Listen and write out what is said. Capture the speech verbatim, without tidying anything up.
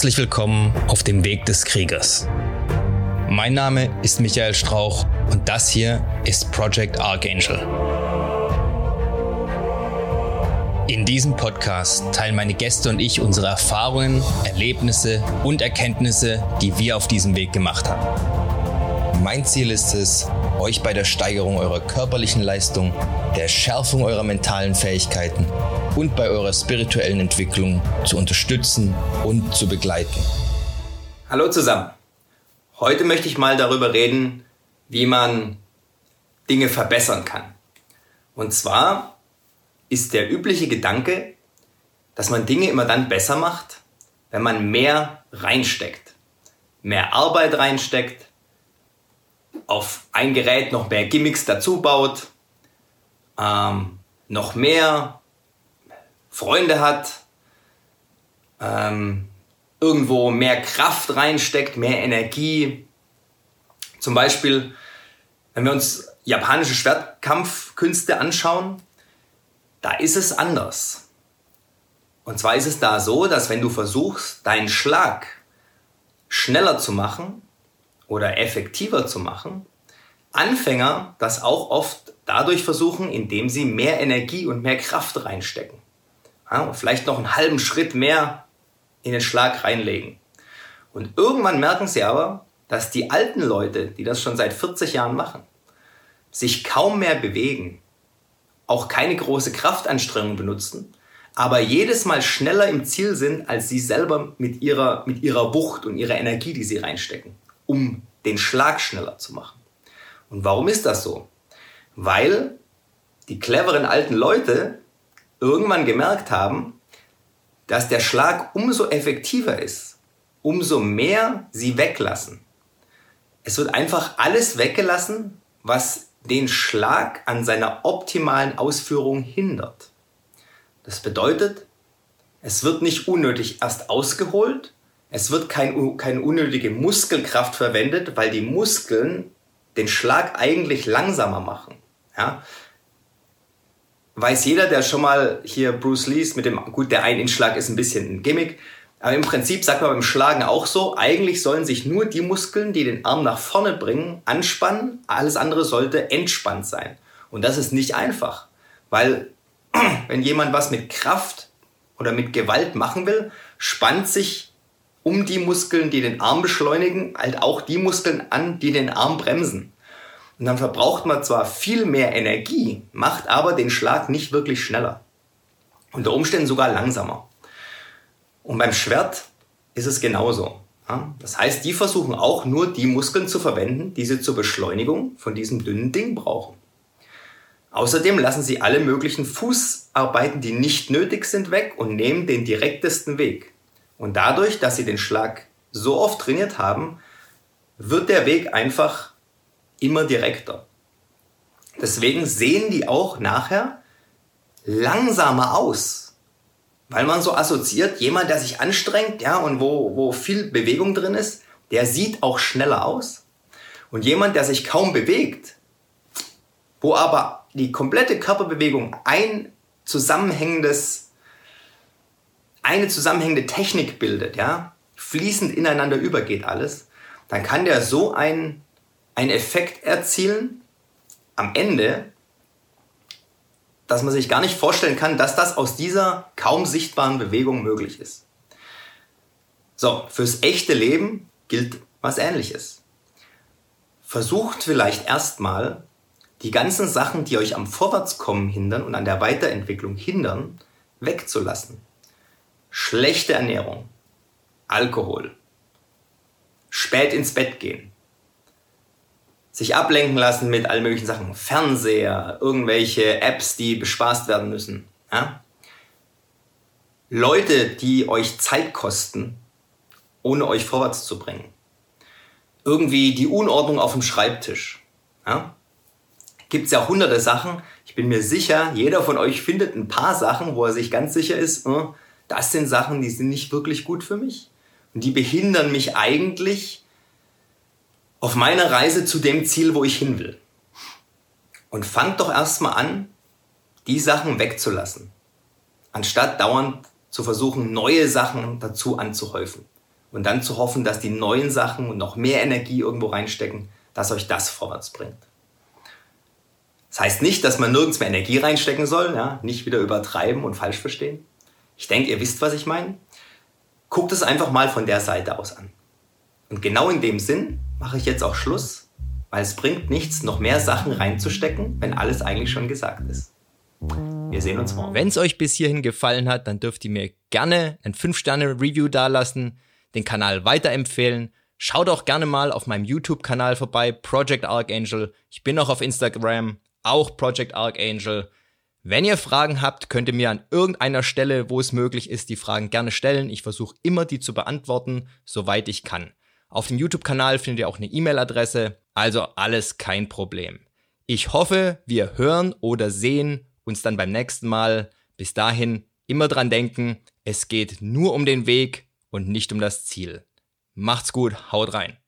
Herzlich willkommen auf dem Weg des Kriegers. Mein Name ist Michael Strauch und das hier ist Project Archangel. In diesem Podcast teilen meine Gäste und ich unsere Erfahrungen, Erlebnisse und Erkenntnisse, die wir auf diesem Weg gemacht haben. Mein Ziel ist es, euch bei der Steigerung eurer körperlichen Leistung, der Schärfung eurer mentalen Fähigkeiten und bei eurer spirituellen Entwicklung zu unterstützen und zu begleiten. Hallo zusammen. Heute möchte ich mal darüber reden, wie man Dinge verbessern kann. Und zwar ist der übliche Gedanke, dass man Dinge immer dann besser macht, wenn man mehr reinsteckt. Mehr Arbeit reinsteckt, auf ein Gerät noch mehr Gimmicks dazu baut, ähm, noch mehr Freunde hat, ähm, irgendwo mehr Kraft reinsteckt, mehr Energie. Zum Beispiel, wenn wir uns japanische Schwertkampfkünste anschauen, da ist es anders. Und zwar ist es da so, dass wenn du versuchst, deinen Schlag schneller zu machen oder effektiver zu machen, Anfänger das auch oft dadurch versuchen, indem sie mehr Energie und mehr Kraft reinstecken. Ja, und vielleicht noch einen halben Schritt mehr in den Schlag reinlegen. Und irgendwann merken sie aber, dass die alten Leute, die das schon seit vierzig Jahren machen, sich kaum mehr bewegen, auch keine große Kraftanstrengung benutzen, aber jedes Mal schneller im Ziel sind, als sie selber mit ihrer, mit ihrer Wucht und ihrer Energie, die sie reinstecken, um den Schlag schneller zu machen. Und warum ist das so? Weil die cleveren alten Leute irgendwann gemerkt haben, dass der Schlag umso effektiver ist, umso mehr sie weglassen. Es wird einfach alles weggelassen, was den Schlag an seiner optimalen Ausführung hindert. Das bedeutet, es wird nicht unnötig erst ausgeholt, es wird kein, keine unnötige Muskelkraft verwendet, weil die Muskeln den Schlag eigentlich langsamer machen. Ja? Weiß jeder, der schon mal hier Bruce Lees mit dem, gut, der Ein-Inch-Schlag ist ein bisschen ein Gimmick, aber im Prinzip sagt man beim Schlagen auch so, eigentlich sollen sich nur die Muskeln, die den Arm nach vorne bringen, anspannen, alles andere sollte entspannt sein. Und das ist nicht einfach, weil wenn jemand was mit Kraft oder mit Gewalt machen will, spannt sich um die Muskeln, die den Arm beschleunigen, halt auch die Muskeln an, die den Arm bremsen. Und dann verbraucht man zwar viel mehr Energie, macht aber den Schlag nicht wirklich schneller. Unter Umständen sogar langsamer. Und beim Schwert ist es genauso. Ja? Das heißt, die versuchen auch nur die Muskeln zu verwenden, die sie zur Beschleunigung von diesem dünnen Ding brauchen. Außerdem lassen sie alle möglichen Fußarbeiten, die nicht nötig sind, weg und nehmen den direktesten Weg. Und dadurch, dass sie den Schlag so oft trainiert haben, wird der Weg einfach immer direkter. Deswegen sehen die auch nachher langsamer aus. Weil man so assoziiert, jemand, der sich anstrengt, ja, und wo, wo viel Bewegung drin ist, der sieht auch schneller aus. Und jemand, der sich kaum bewegt, wo aber die komplette Körperbewegung ein zusammenhängendes, eine zusammenhängende Technik bildet, ja, fließend ineinander übergeht alles, dann kann der so ein einen Effekt erzielen am Ende, dass man sich gar nicht vorstellen kann, dass das aus dieser kaum sichtbaren Bewegung möglich ist. So, fürs echte Leben gilt was Ähnliches. Versucht vielleicht erstmal, die ganzen Sachen, die euch am Vorwärtskommen hindern und an der Weiterentwicklung hindern, wegzulassen. Schlechte Ernährung, Alkohol, spät ins Bett gehen, sich ablenken lassen mit allen möglichen Sachen. Fernseher, irgendwelche Apps, die bespaßt werden müssen. Ja? Leute, die euch Zeit kosten, ohne euch vorwärts zu bringen. Irgendwie die Unordnung auf dem Schreibtisch. Ja? Gibt es ja hunderte Sachen. Ich bin mir sicher, jeder von euch findet ein paar Sachen, wo er sich ganz sicher ist, äh, das sind Sachen, die sind nicht wirklich gut für mich. Und die behindern mich eigentlich auf meiner Reise zu dem Ziel, wo ich hin will. Und fangt doch erstmal an, die Sachen wegzulassen, anstatt dauernd zu versuchen, neue Sachen dazu anzuhäufen. und dann zu hoffen, dass die neuen Sachen und noch mehr Energie irgendwo reinstecken, dass euch das vorwärts bringt. Das heißt nicht, dass man nirgends mehr Energie reinstecken soll, ja? Nicht wieder übertreiben und falsch verstehen. Ich denke, ihr wisst, was ich meine. Guckt es einfach mal von der Seite aus an. Und genau in dem Sinn mache ich jetzt auch Schluss, weil es bringt nichts, noch mehr Sachen reinzustecken, wenn alles eigentlich schon gesagt ist. Wir sehen uns morgen. Wenn es euch bis hierhin gefallen hat, dann dürft ihr mir gerne ein fünf Sterne Review dalassen, den Kanal weiterempfehlen. Schaut auch gerne mal auf meinem YouTube-Kanal vorbei, Project Archangel. Ich bin auch auf Instagram, auch Project Archangel. Wenn ihr Fragen habt, könnt ihr mir an irgendeiner Stelle, wo es möglich ist, die Fragen gerne stellen. Ich versuche immer, die zu beantworten, soweit ich kann. Auf dem YouTube-Kanal findet ihr auch eine E-Mail-Adresse, also alles kein Problem. Ich hoffe, wir hören oder sehen uns dann beim nächsten Mal. Bis dahin immer dran denken, es geht nur um den Weg und nicht um das Ziel. Macht's gut, haut rein.